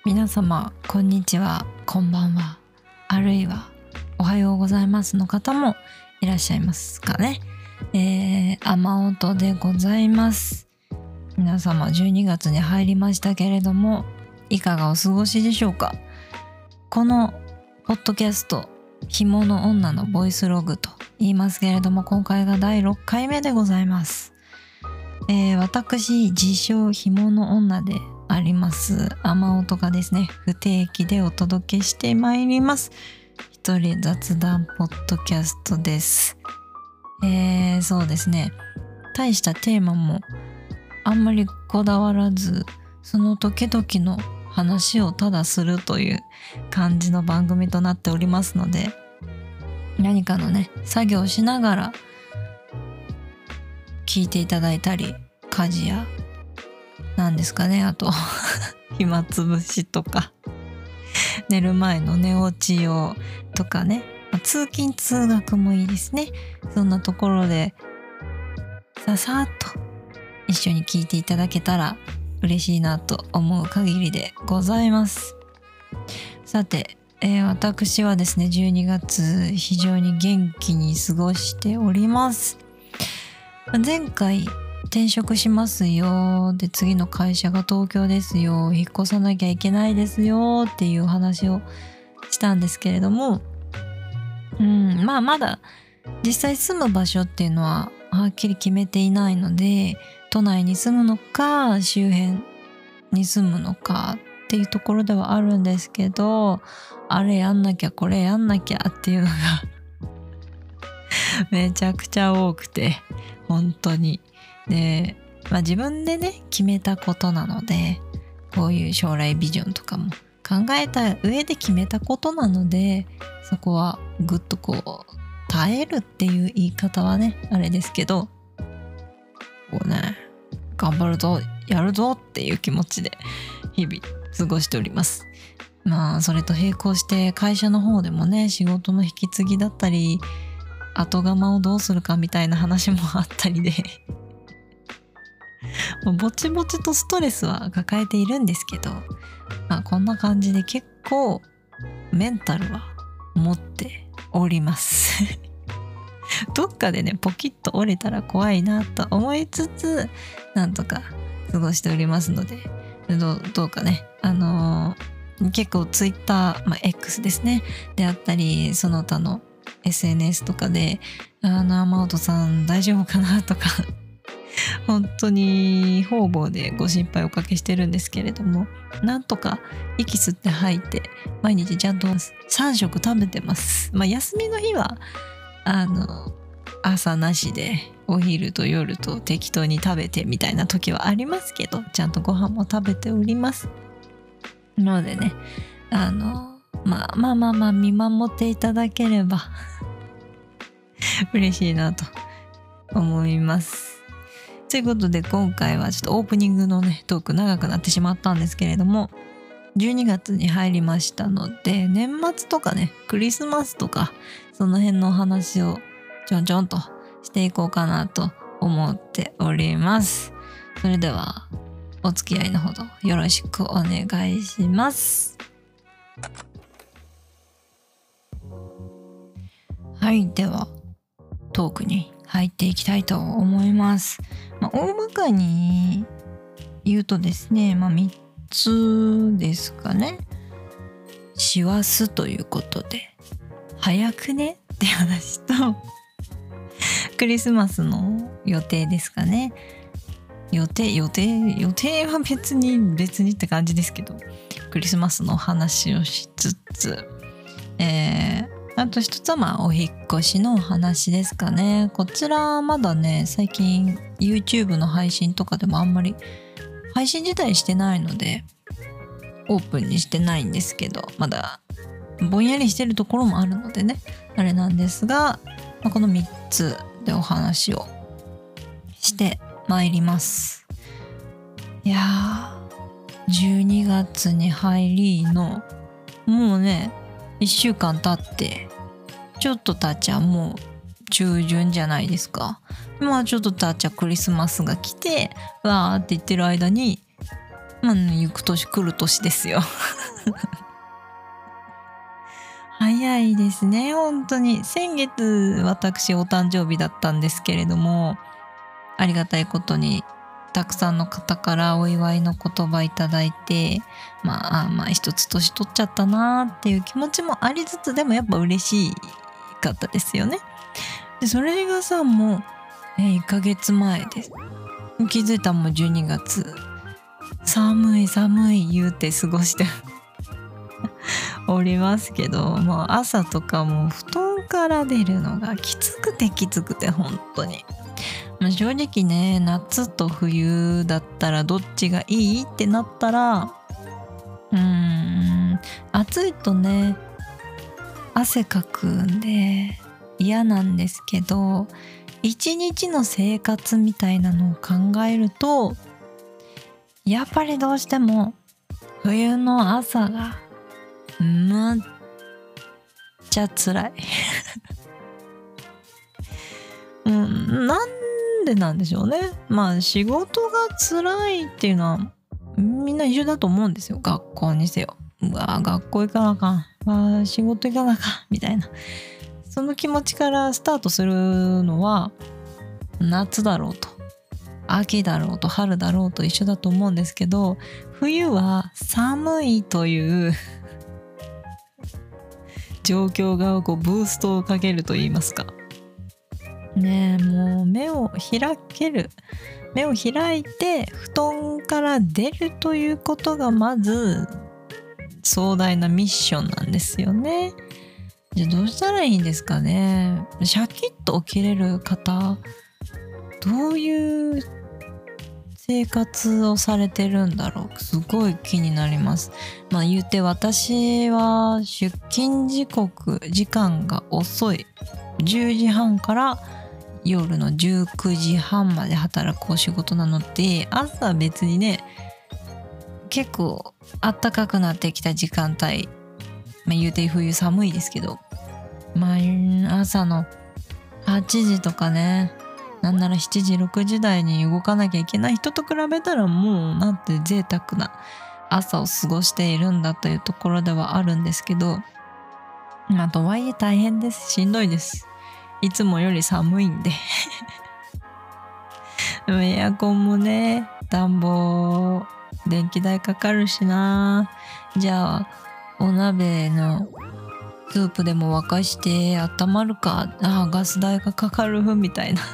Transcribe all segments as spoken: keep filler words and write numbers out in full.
皆様こんにちは、こんばんは、あるいはおはようございますの方もいらっしゃいますかね。えー、雨音でございます。皆様じゅうにがつに入りましたけれども、いかがお過ごしでしょうか。このポッドキャスト、ひもの女のボイスログと言いますけれども、今回がだいろっかいめでございます。えー、私自称ひもの女であります雨音がですね、不定期でお届けしてまいります一人雑談ポッドキャストです。えー、そうですね、大したテーマもあんまりこだわらず、その時々の話をただするという感じの番組となっておりますので、何かのね作業をしながら聞いていただいたり、家事やなんですかね、あと暇つぶしとか寝る前の寝落ち用とかね、通勤通学もいいですね。そんなところでささっと一緒に聞いていただけたら嬉しいなと思う限りでございます。さて、えー、私はですねじゅうにがつ非常に元気に過ごしております。前回転職しますよ、で次の会社が東京ですよ、引っ越さなきゃいけないですよっていう話をしたんですけれども、うんまあまだ実際住む場所っていうのははっきり決めていないので、都内に住むのか周辺に住むのかっていうところではあるんですけど、あれやんなきゃこれやんなきゃっていうのがめちゃくちゃ多くて、本当にで、まあ、自分でね決めたことなので、こういう将来ビジョンとかも考えた上で決めたことなので、そこはぐっとこう耐えるっていう言い方はねあれですけど、こうね頑張るぞやるぞっていう気持ちで日々過ごしております。まあそれと並行して会社の方でもね、仕事の引き継ぎだったり後釜をどうするかみたいな話もあったりでぼちぼちとストレスは抱えているんですけど、まあ、こんな感じで結構メンタルは持っておりますどっかでねポキッと折れたら怖いなと思いつつ、なんとか過ごしておりますので、どう、どうかね、あのー、結構ツイッター、まあ、X ですねであったり、その他の エスエヌエス とかで、あの雨音さん大丈夫かなとか本当に方々でご心配おかけしてるんですけれども、なんとか息吸って吐いて毎日ちゃんとさん食食べてます。まあ休みの日はあの朝なしでお昼と夜と適当に食べてみたいな時はありますけど、ちゃんとご飯も食べておりますのでね、あのまあまあまあまあ見守っていただければ嬉しいなと思います。ということで今回はちょっとオープニングのねトーク長くなってしまったんですけれども、じゅうにがつに入りましたので、年末とかねクリスマスとかその辺のお話をちょんちょんとしていこうかなと思っております。それではお付き合いのほどよろしくお願いします。はい、ではトークに入っていきたいと思います。まあ、大まかに言うとですね、まあ、みっつですかね。師走ということで早くねって話とクリスマスの予定ですかね。予定予定予定は別に別にって感じですけど、クリスマスの話をしつつ、えーあと一つはまあお引っ越しのお話ですかね。こちらまだね最近 YouTube の配信とかでもあんまり配信自体してないのでオープンにしてないんですけど、まだぼんやりしてるところもあるのでねあれなんですが、まあ、このみっつでお話をしてまいります。いやーじゅうにがつに入りのもうねいっしゅうかん経ってちょっと経っちゃもう中旬じゃないですか。まあちょっと経っちゃクリスマスが来てわーって言ってる間にまあ、行く年来る年ですよ。早いですね、本当に。先月私お誕生日だったんですけれども、ありがたいことにたくさんの方からお祝いの言葉いただいて、まあ、あまあ一つ年取っちゃったなーっていう気持ちもありつつ、でもやっぱ嬉しかったですよね。でそれがさ、もう、えー、いっかげつまえです。気づいたらもうじゅうにがつ。寒い寒い言うて過ごしておりますけど、もう朝とかも布団から出るのがきつくてきつくて、本当に。正直ね、夏と冬だったらどっちがいいってなったら、うーん、暑いとね、汗かくんで嫌なんですけど、一日の生活みたいなのを考えると、やっぱりどうしても冬の朝がむっちゃ辛い。うん、なんでなんでしょうね。まあ仕事が辛いっていうのはみんな一緒だと思うんですよ。学校にせよ。うわ学校行かなあかん。わあ仕事行かなあかんみたいな。その気持ちからスタートするのは夏だろうと秋だろうと春だろうと一緒だと思うんですけど、冬は寒いという状況がこうブーストをかけると言いますかね。えもう目を開ける目を開いて布団から出るということがまず壮大なミッションなんですよね。じゃあどうしたらいいんですかね。シャキッと起きれる方、どういう生活をされてるんだろう、すごい気になります。まあ言うて私は出勤時刻時間が遅いじゅうじはんから夜のじゅうくじはんまで働くお仕事なので、朝別にね結構暖かくなってきた時間帯、まあ言うて冬寒いですけど、まあ朝のはちじとかね、なんならしちじろくじ台に動かなきゃいけない人と比べたらもうなんて贅沢な朝を過ごしているんだというところではあるんですけど、まあとはいえ大変です。しんどいです。いつもより寒いんでエアコンもね、暖房電気代かかるしな。じゃあお鍋のスープでも沸かして温まるか、あガス代がかかるみたいな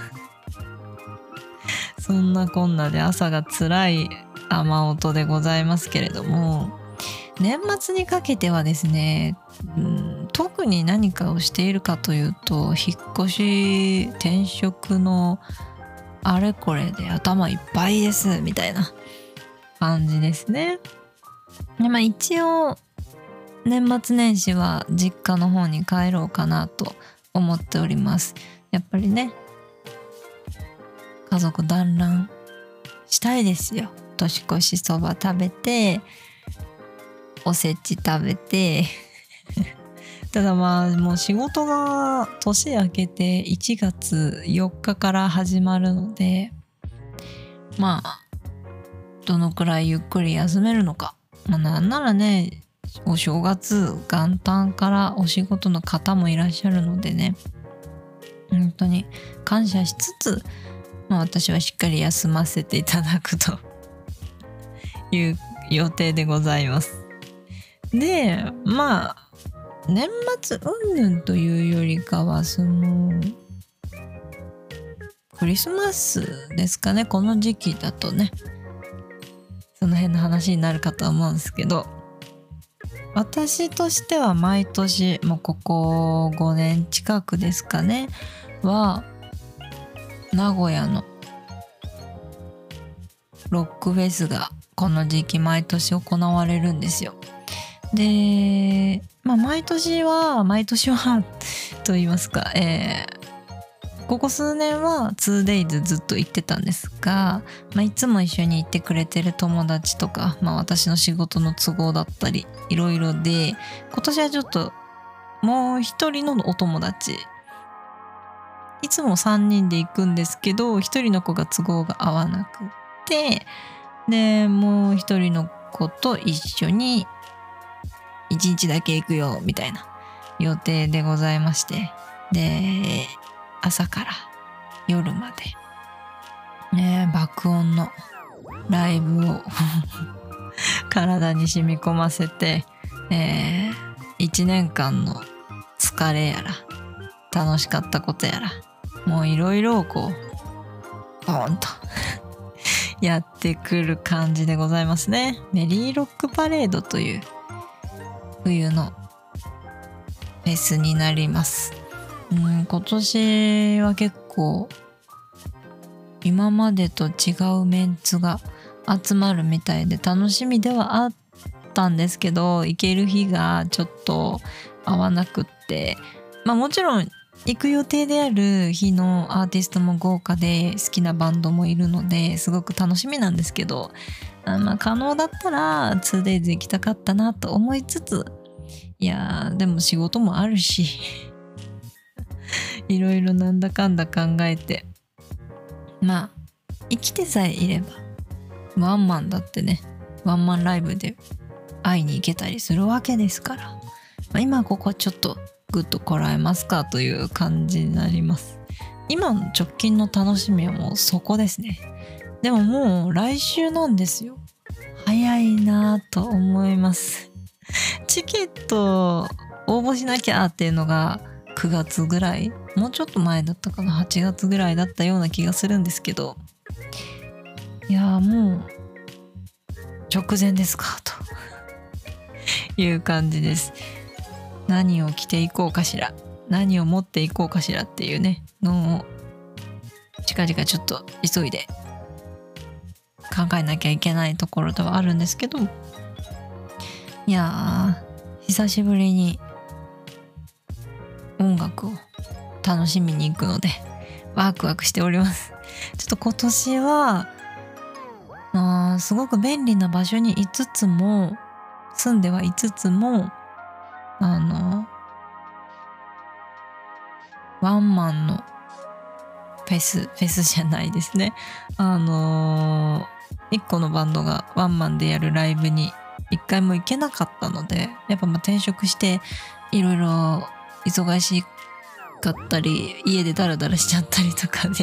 そんなこんなで朝が辛い雨音でございますけれども、年末にかけてはですね、うん、特に何かをしているかというと、引っ越し転職のあれこれで頭いっぱいですみたいな感じですね。で、まあ、一応年末年始は実家の方に帰ろうかなと思っております。やっぱりね、家族団らんしたいですよ。年越しそば食べておせち食べてただまあもう仕事が年明けていちがつよっかから始まるので、まあどのくらいゆっくり休めるのか、まあなんならねお正月元旦からお仕事の方もいらっしゃるのでね、本当に感謝しつつ、まあ、私はしっかり休ませていただくという予定でございます。で、まあ年末云々というよりかはそのクリスマスですかね。この時期だとねその辺の話になるかと思うんですけど、私としては毎年もうここごねん近くですかねは名古屋のロックフェスがこの時期毎年行われるんですよ。で、まあ毎年は毎年はと言いますか、えー、ここ数年は ツーデイズ ずっと行ってたんですが、まあ、いつも一緒に行ってくれてる友達とか、まあ、私の仕事の都合だったりいろいろで、今年はちょっともう一人のお友達、いつもさんにんで行くんですけど、一人の子が都合が合わなくて、 でもう一人の子と一緒に一日だけ行くよみたいな予定でございまして、で朝から夜までね爆音のライブを体に染み込ませて、えー、いちねんかんの疲れやら楽しかったことやらもういろいろこうポーンとやってくる感じでございますね。メリーロックパレードという冬のフェスになります。うん、今年は結構今までと違うメンツが集まるみたいで楽しみではあったんですけど、行ける日がちょっと合わなくって、まあもちろん行く予定である日のアーティストも豪華で好きなバンドもいるのですごく楽しみなんですけど、あまあ可能だったら ツーデイズ 行きたかったなと思いつつ、いやでも仕事もあるしいろいろなんだかんだ考えて、まあ生きてさえいればワンマンだってね、ワンマンライブで会いに行けたりするわけですから、まあ、今ここはちょっとグッとこらえますかという感じになります。今の直近の楽しみはもうそこですね。でももう来週なんですよ。早いなぁと思います。チケット応募しなきゃっていうのがくがつぐらい、もうちょっと前だったかな、はちがつぐらいだったような気がするんですけど、いやーもう直前ですかという感じです。何を着ていこうかしら、何を持っていこうかしらっていうねのを近々ちょっと急いで考えなきゃいけないところではあるんですけど、いやー久しぶりに音楽を楽しみに行くのでワクワクしております。ちょっと今年はあすごく便利な場所にいつつも住んではいつつもあのワンマンのフェスフェスじゃないですね、あのー、一個のバンドがワンマンでやるライブに一回も行けなかったので、やっぱまあ転職していろいろ忙しかったり家でダラダラしちゃったりとかで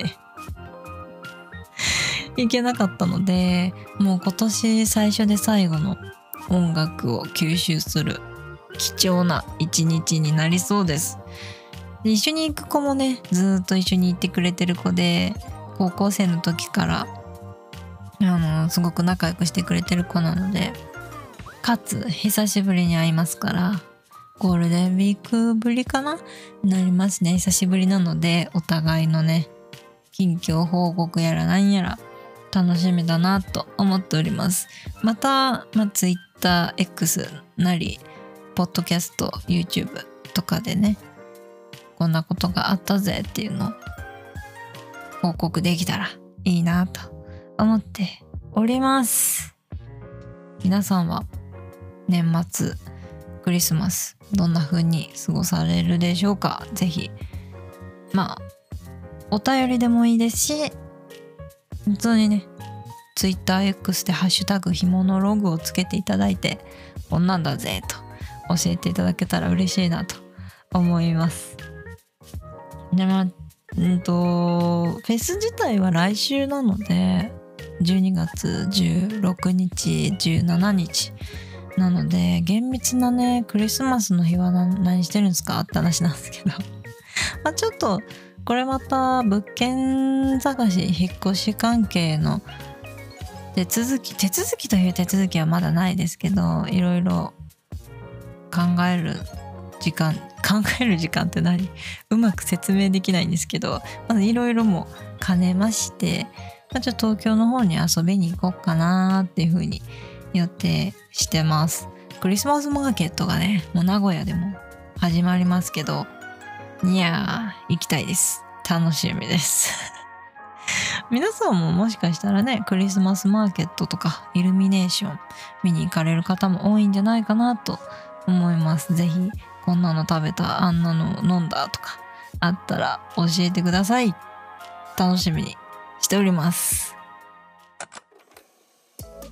行けなかったので、もう今年最初で最後の音楽を吸収する貴重な一日になりそうです。で一緒に行く子もねずっと一緒に行ってくれてる子で、高校生の時からあのすごく仲良くしてくれてる子なので、かつ久しぶりに会いますから、ゴールデンウィークぶりかななりますね。久しぶりなのでお互いのね近況報告やらなんやら楽しみだなと思っております。また、まあ、Twitter、X なりポッドキャスト、YouTube とかでねこんなことがあったぜっていうのを報告できたらいいなと思っております。皆さんは年末クリスマスどんな風に過ごされるでしょうか。ぜひまあお便りでもいいですし、普通にね TwitterX でハッシュタグひものログをつけていただいて、こんなんだぜと教えていただけたら嬉しいなと思います。でまあうんとフェス自体は来週なのでじゅうにがつじゅうろくにちじゅうしちにちなので、厳密なねクリスマスの日は 何, 何してるんですかって話なんですけどまあちょっとこれまた物件探し引っ越し関係の手続き手続きという手続きはまだないですけど、いろいろ考える時間考える時間って何うまく説明できないんですけど、まずいろいろも兼ねまして、まあ、ちょっと東京の方に遊びに行こうかなっていう風に予定してます。クリスマスマーケットがねもう名古屋でも始まりますけど、いやー行きたいです。楽しみです皆さんももしかしたらねクリスマスマーケットとかイルミネーション見に行かれる方も多いんじゃないかなと思います。ぜひこんなの食べた、あんなの飲んだとかあったら教えてください。楽しみにしております。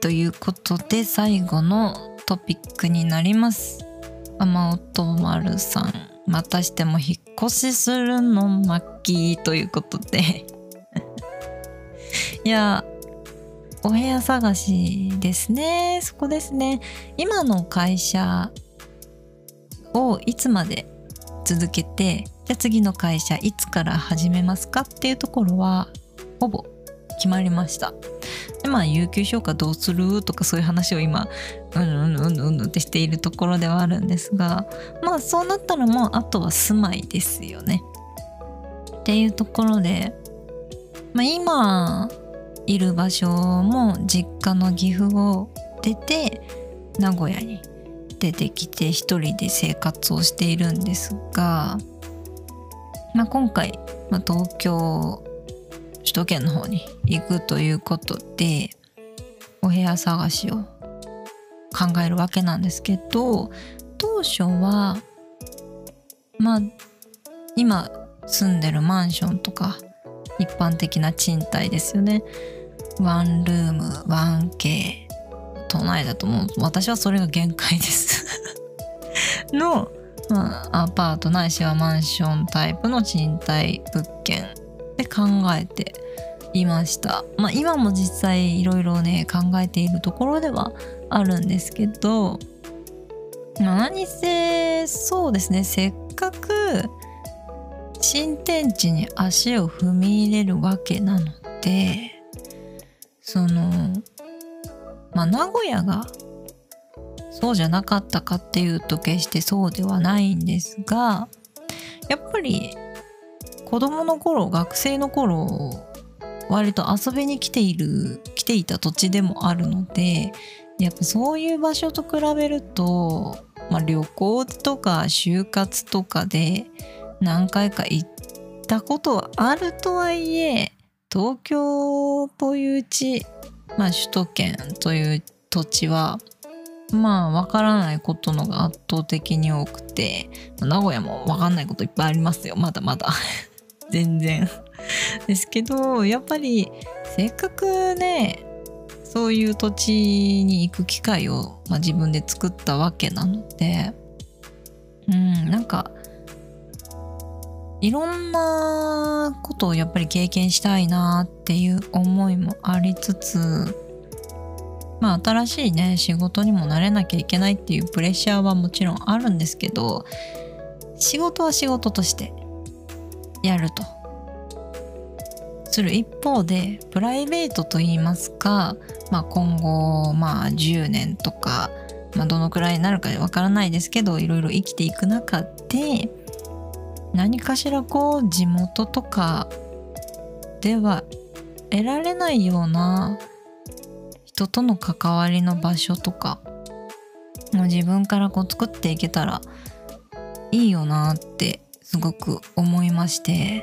ということで最後のトピックになります。天音丸さん、またしても引っ越しするの巻ということでいやお部屋探しですね。そこですね。今の会社をいつまで続けて、じゃあ次の会社いつから始めますかっていうところはほぼ決まりました。でまあ有給消化どうするとかそういう話を今うんうんうんうんってしているところではあるんですが、まあそうなったらもうあとは住まいですよねっていうところで、まあ今いる場所も実家の岐阜を出て名古屋に出てきて一人で生活をしているんですが、まあ、今回、まあ、東京首都圏の方に行くということでお部屋探しを考えるわけなんですけど、当初はまあ今住んでるマンションとか一般的な賃貸ですよね。ワンルーム ワンケー 都内だともう私はそれが限界ですの、まあ、アパートないしはマンションタイプの賃貸物件で考えていました。まあ今も実際いろいろね考えているところではあるんですけど、まあ、何せそうですね、せっかく新天地に足を踏み入れるわけなので、そのまあ名古屋がそうじゃなかったかっていうと決してそうではないんですが、やっぱり子供の頃学生の頃割と遊びに来ている来ていた土地でもあるので、やっぱそういう場所と比べると、まあ、旅行とか就活とかで何回か行ったことはあるとはいえ、東京という地、まあ、首都圏という土地はまあわからないことのが圧倒的に多くて、名古屋もわかんないこといっぱいありますよ、まだまだ全然ですけど、やっぱりせっかくねそういう土地に行く機会を、まあ、自分で作ったわけなので、うんなんかいろんなことをやっぱり経験したいなっていう思いもありつつ、まあ新しいね仕事にも慣れなきゃいけないっていうプレッシャーはもちろんあるんですけど、仕事は仕事としてやるとする一方で、プライベートといいますか、まあ、今後まあじゅうねんとか、まあ、どのくらいになるかわからないですけど、いろいろ生きていく中で何かしらこう地元とかでは得られないような人との関わりの場所とかもう自分からこう作っていけたらいいよなってすごく思いまして、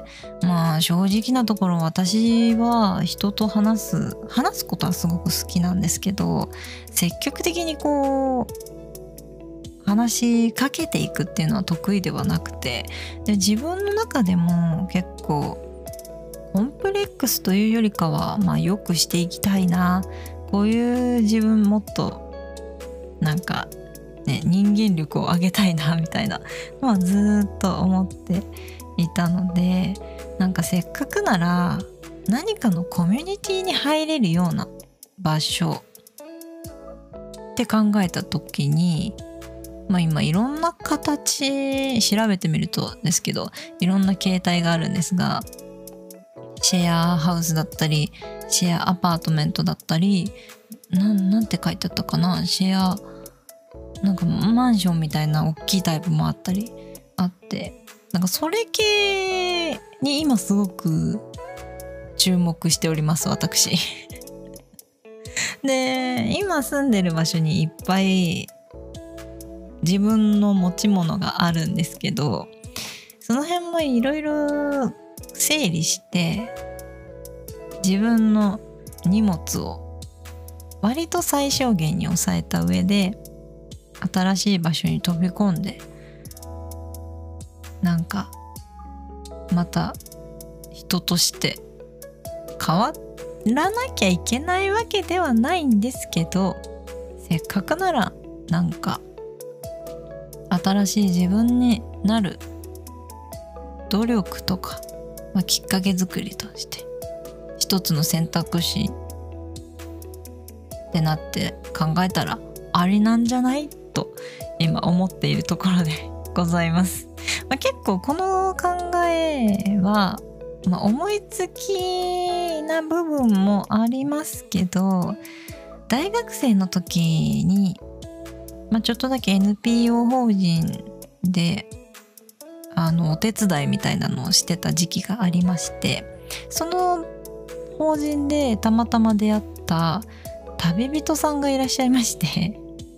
まあ正直なところ私は人と話す話すことはすごく好きなんですけど、積極的にこう話しかけていくっていうのは得意ではなくて、で自分の中でも結構コンプレックスというよりかは、まあ良くしていきたいな、こういう自分もっとなんかね人間力を上げたいなみたいなのはずっと思っていたので、なんかせっかくなら何かのコミュニティに入れるような場所って考えた時に、まあ今いろんな形調べてみるとですけど、いろんな形態があるんですが、シェアハウスだったりシェアアパートメントだったり、なん、なんて書いてあったかな、シェアなんかマンションみたいな大きいタイプもあったりあって、なんかそれ系に今すごく注目しております私で今住んでる場所にいっぱい自分の持ち物があるんですけど、その辺もいろいろ整理して自分の荷物を割と最小限に抑えた上で新しい場所に飛び込んで、なんかまた人として変わっらなきゃいけないわけではないんですけど、せっかくならなんか新しい自分になる努力とか、まあ、きっかけ作りとして一つの選択肢ってなって考えたらありなんじゃないと今思っているところでございます。まあ、結構この考えは、まあ、思いつきな部分もありますけど、大学生の時に、まあ、ちょっとだけ エヌピーオー 法人であのお手伝いみたいなのをしてた時期がありまして、その法人でたまたま出会った旅人さんがいらっしゃいまして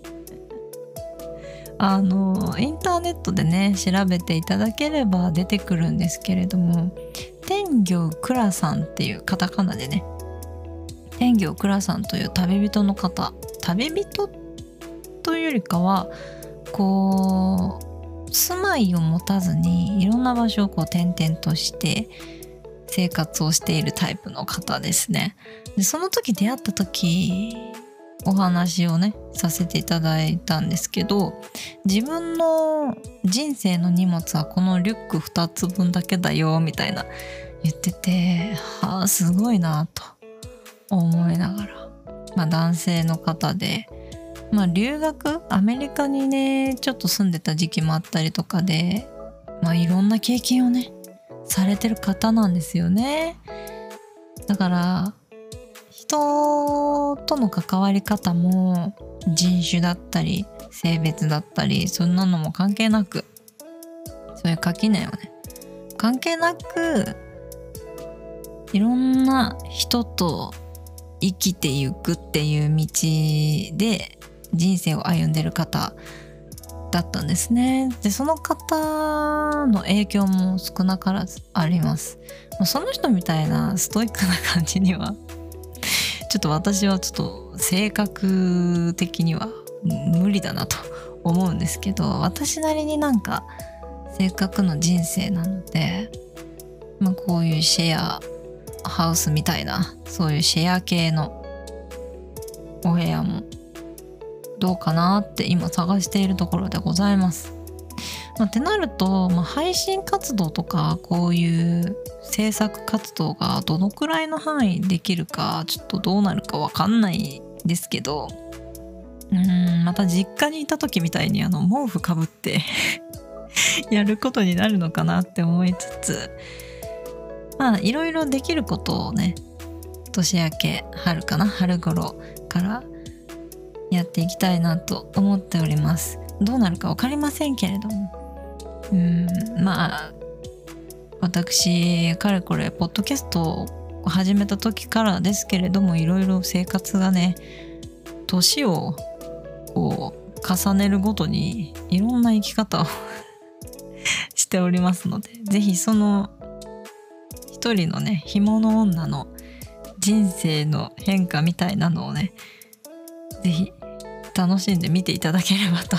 あのインターネットでね調べていただければ出てくるんですけれども、天行くらさんっていうカタカナでね、天行くらさんという旅人の方、旅人というよりかはこう住まいを持たずにいろんな場所をこう転々として生活をしているタイプの方ですね。でその時出会った時お話をねさせていただいたんですけど、自分の人生の荷物はこのリュックふたつぶんだけだよみたいな言ってて、はあすごいなと思いながら、まあ男性の方で、まあ留学アメリカにねちょっと住んでた時期もあったりとかで、まあいろんな経験をねされてる方なんですよね。だから人との関わり方も人種だったり性別だったりそんなのも関係なく、そういう垣根をね関係なくいろんな人と生きていくっていう道で人生を歩んでる方だったんですね。でその方の影響も少なからずあります。その人みたいなストイックな感じにはちょっと私はちょっと性格的には無理だなと思うんですけど、私なりになんか性格の人生なので、まあ、こういうシェアハウスみたいなそういうシェア系のお部屋もどうかなって今探しているところでございます。まあ、ってなると、まあ、配信活動とかこういう制作活動がどのくらいの範囲できるかちょっとどうなるかわかんないですけど、うーんまた実家にいた時みたいにあの毛布かぶってやることになるのかなって思いつつ、まあいろいろできることをね年明け春かな春頃からやっていきたいなと思っております。どうなるか分かりませんけれども、うーんまあ私かれこれポッドキャストを始めた時からですけれども、いろいろ生活がね年をこう重ねるごとにいろんな生き方をしておりますので、ぜひその一人のねひもの女の人生の変化みたいなのをねぜひ楽しんで見ていただければと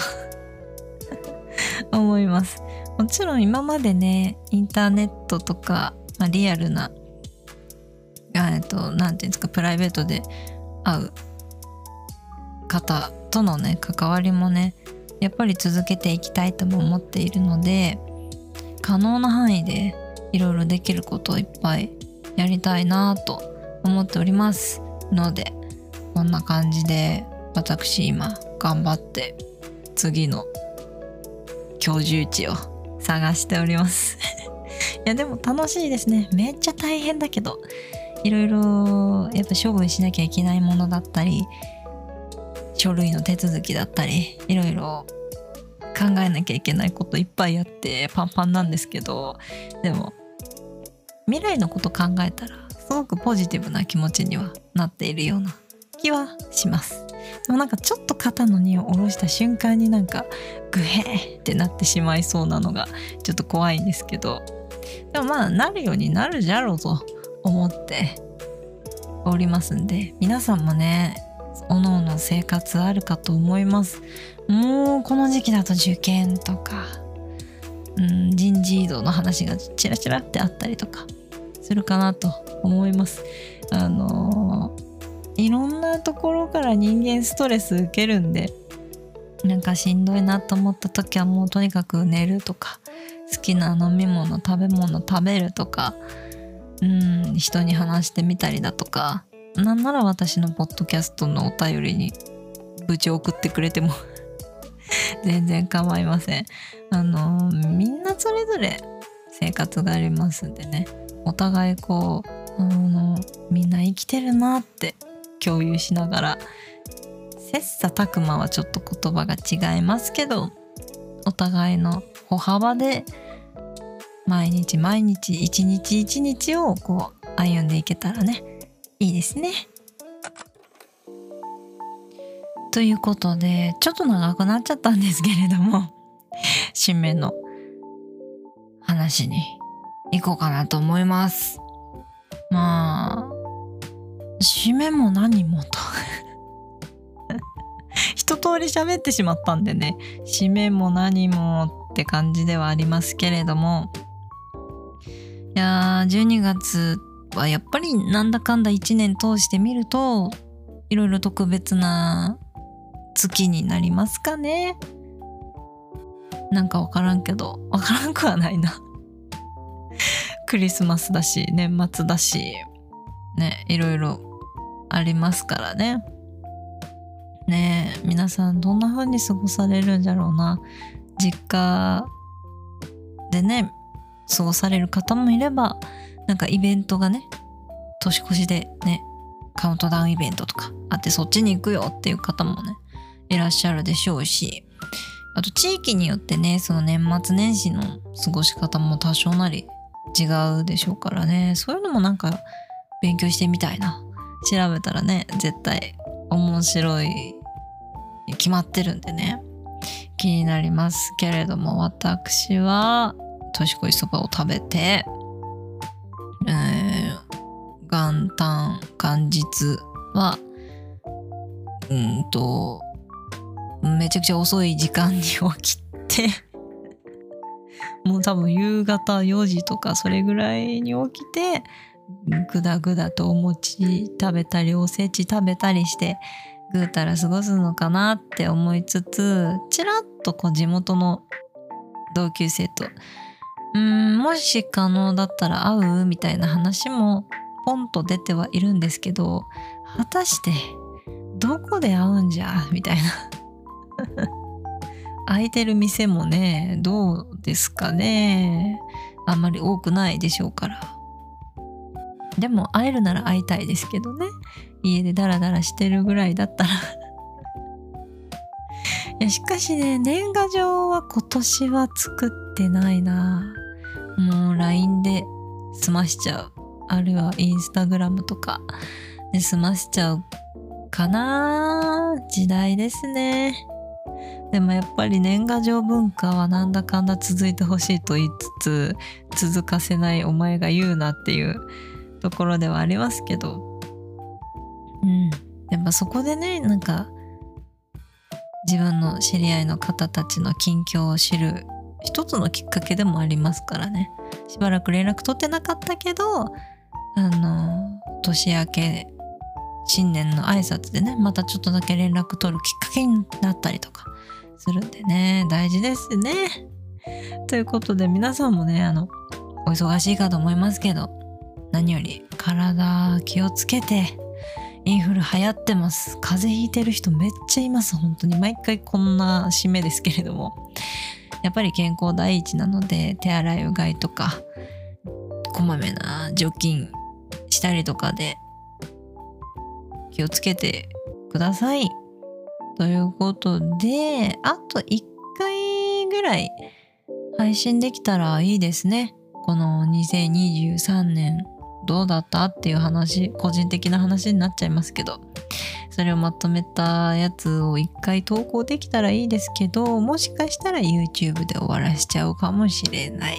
思います。もちろん今までねインターネットとか、まあ、リアルなえっとなんていうんですかプライベートで会う方とのね関わりもねやっぱり続けていきたいとも思っているので、可能な範囲でいろいろできることをいっぱいやりたいなと思っておりますので、こんな感じで私今頑張って次の居住地を探しておりますいやでも楽しいですね。めっちゃ大変だけどいろいろやっぱ処分しなきゃいけないものだったり書類の手続きだったりいろいろ考えなきゃいけないこといっぱいあってパンパンなんですけど、でも未来のこと考えたらすごくポジティブな気持ちにはなっているような気はします。でもなんかちょっと肩の荷を下ろした瞬間になんかグヘーってなってしまいそうなのがちょっと怖いんですけど、でもまあなるようになるじゃろうと思っておりますんで、皆さんもねおのおの生活あるかと思います。もうこの時期だと受験とか、うん、人事異動の話がチラチラってあったりとかするかなと思います。あのー、いろんなところから人間ストレス受けるんで、なんかしんどいなと思った時はもうとにかく寝るとか、好きな飲み物食べ物食べるとか、うん人に話してみたりだとか、なんなら私のポッドキャストのお便りに愚痴を送ってくれても全然構いません。あのみんなそれぞれ生活がありますんでね、お互いこうあのみんな生きてるなって共有しながら、切磋琢磨はちょっと言葉が違いますけど、お互いの歩幅で毎日毎日一日一日をこう歩んでいけたらね、いいですね。ということでちょっと長くなっちゃったんですけれども、締めの話に行こうかなと思います。まあ締めも何もと一通り喋ってしまったんでね、締めも何もって感じではありますけれども、いやーじゅうにがつはやっぱりなんだかんだいちねん通してみるといろいろ特別な月になりますかね。なんかわからんけど、わからんくはないなクリスマスだし年末だしね、いろいろありますからね。ねえ皆さんどんな風に過ごされるんじゃろうな。実家でね過ごされる方もいれば、なんかイベントがね年越しでねカウントダウンイベントとかあってそっちに行くよっていう方もねいらっしゃるでしょうし、あと地域によってねその年末年始の過ごし方も多少なり違うでしょうからね、そういうのもなんか勉強してみたいな。調べたらね絶対面白い決まってるんでね気になりますけれども、私は年越しそばを食べて、えー、元旦元日はうんとめちゃくちゃ遅い時間に起きてもう多分夕方よじとかそれぐらいに起きてぐだぐだとお餅食べたりおせち食べたりしてぐうたら過ごすのかなって思いつつ、ちらっとこう地元の同級生とうーんもし可能だったら会うみたいな話もポンと出てはいるんですけど、果たしてどこで会うんじゃみたいな空いてる店もねどうですかね、あんまり多くないでしょうから。でも会えるなら会いたいですけどね、家でダラダラしてるぐらいだったらいやしかしね年賀状は今年は作ってないな。もう ライン で済ましちゃう、あるいはインスタグラムとかで済ましちゃうかな。時代ですね。でもやっぱり年賀状文化はなんだかんだ続いてほしいと言いつつ続かせないお前が言うなっていうところではありますけど、うんやっぱそこでねなんか自分の知り合いの方たちの近況を知る一つのきっかけでもありますからね。しばらく連絡取ってなかったけどあの年明け新年の挨拶でねまたちょっとだけ連絡取るきっかけになったりとかするんでね、大事ですね。ということで皆さんもねあのお忙しいかと思いますけど、何より体気をつけて、インフル流行ってます。風邪ひいてる人めっちゃいます。本当に毎回こんな締めですけれども、やっぱり健康第一なので手洗いうがいとかこまめな除菌したりとかで気をつけてください。ということであといっかいぐらい配信できたらいいですね。このにせんにじゅうさんねんどうだったっていう話、個人的な話になっちゃいますけど、それをまとめたやつをいっかい投稿できたらいいですけど、もしかしたら YouTube で終わらしちゃうかもしれない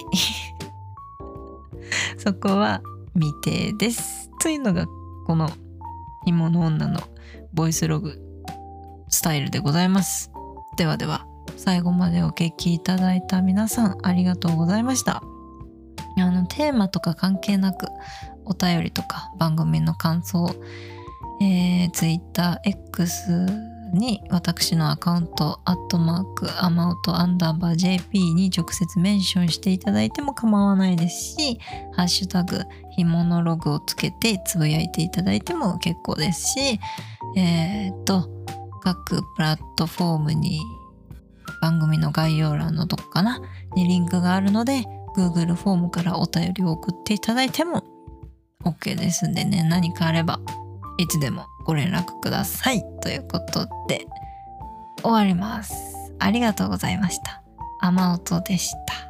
そこは未定です。というのがこのひもの女のボイスログスタイルでございます。ではでは最後までお聞きいただいた皆さんありがとうございました。あのテーマとか関係なくお便りとか番組の感想、えー、Twitter X に私のアカウントアットマークアマウトアンダーバー ジェーピー に直接メンションしていただいても構わないですし、ハッシュタグひものログをつけてつぶやいていただいても結構ですし、えー、っと各プラットフォームに番組の概要欄のどこかなにリンクがあるので Google フォームからお便りを送っていただいても OK ですんでね、何かあればいつでもご連絡くださいということで終わります。ありがとうございました。雨音でした。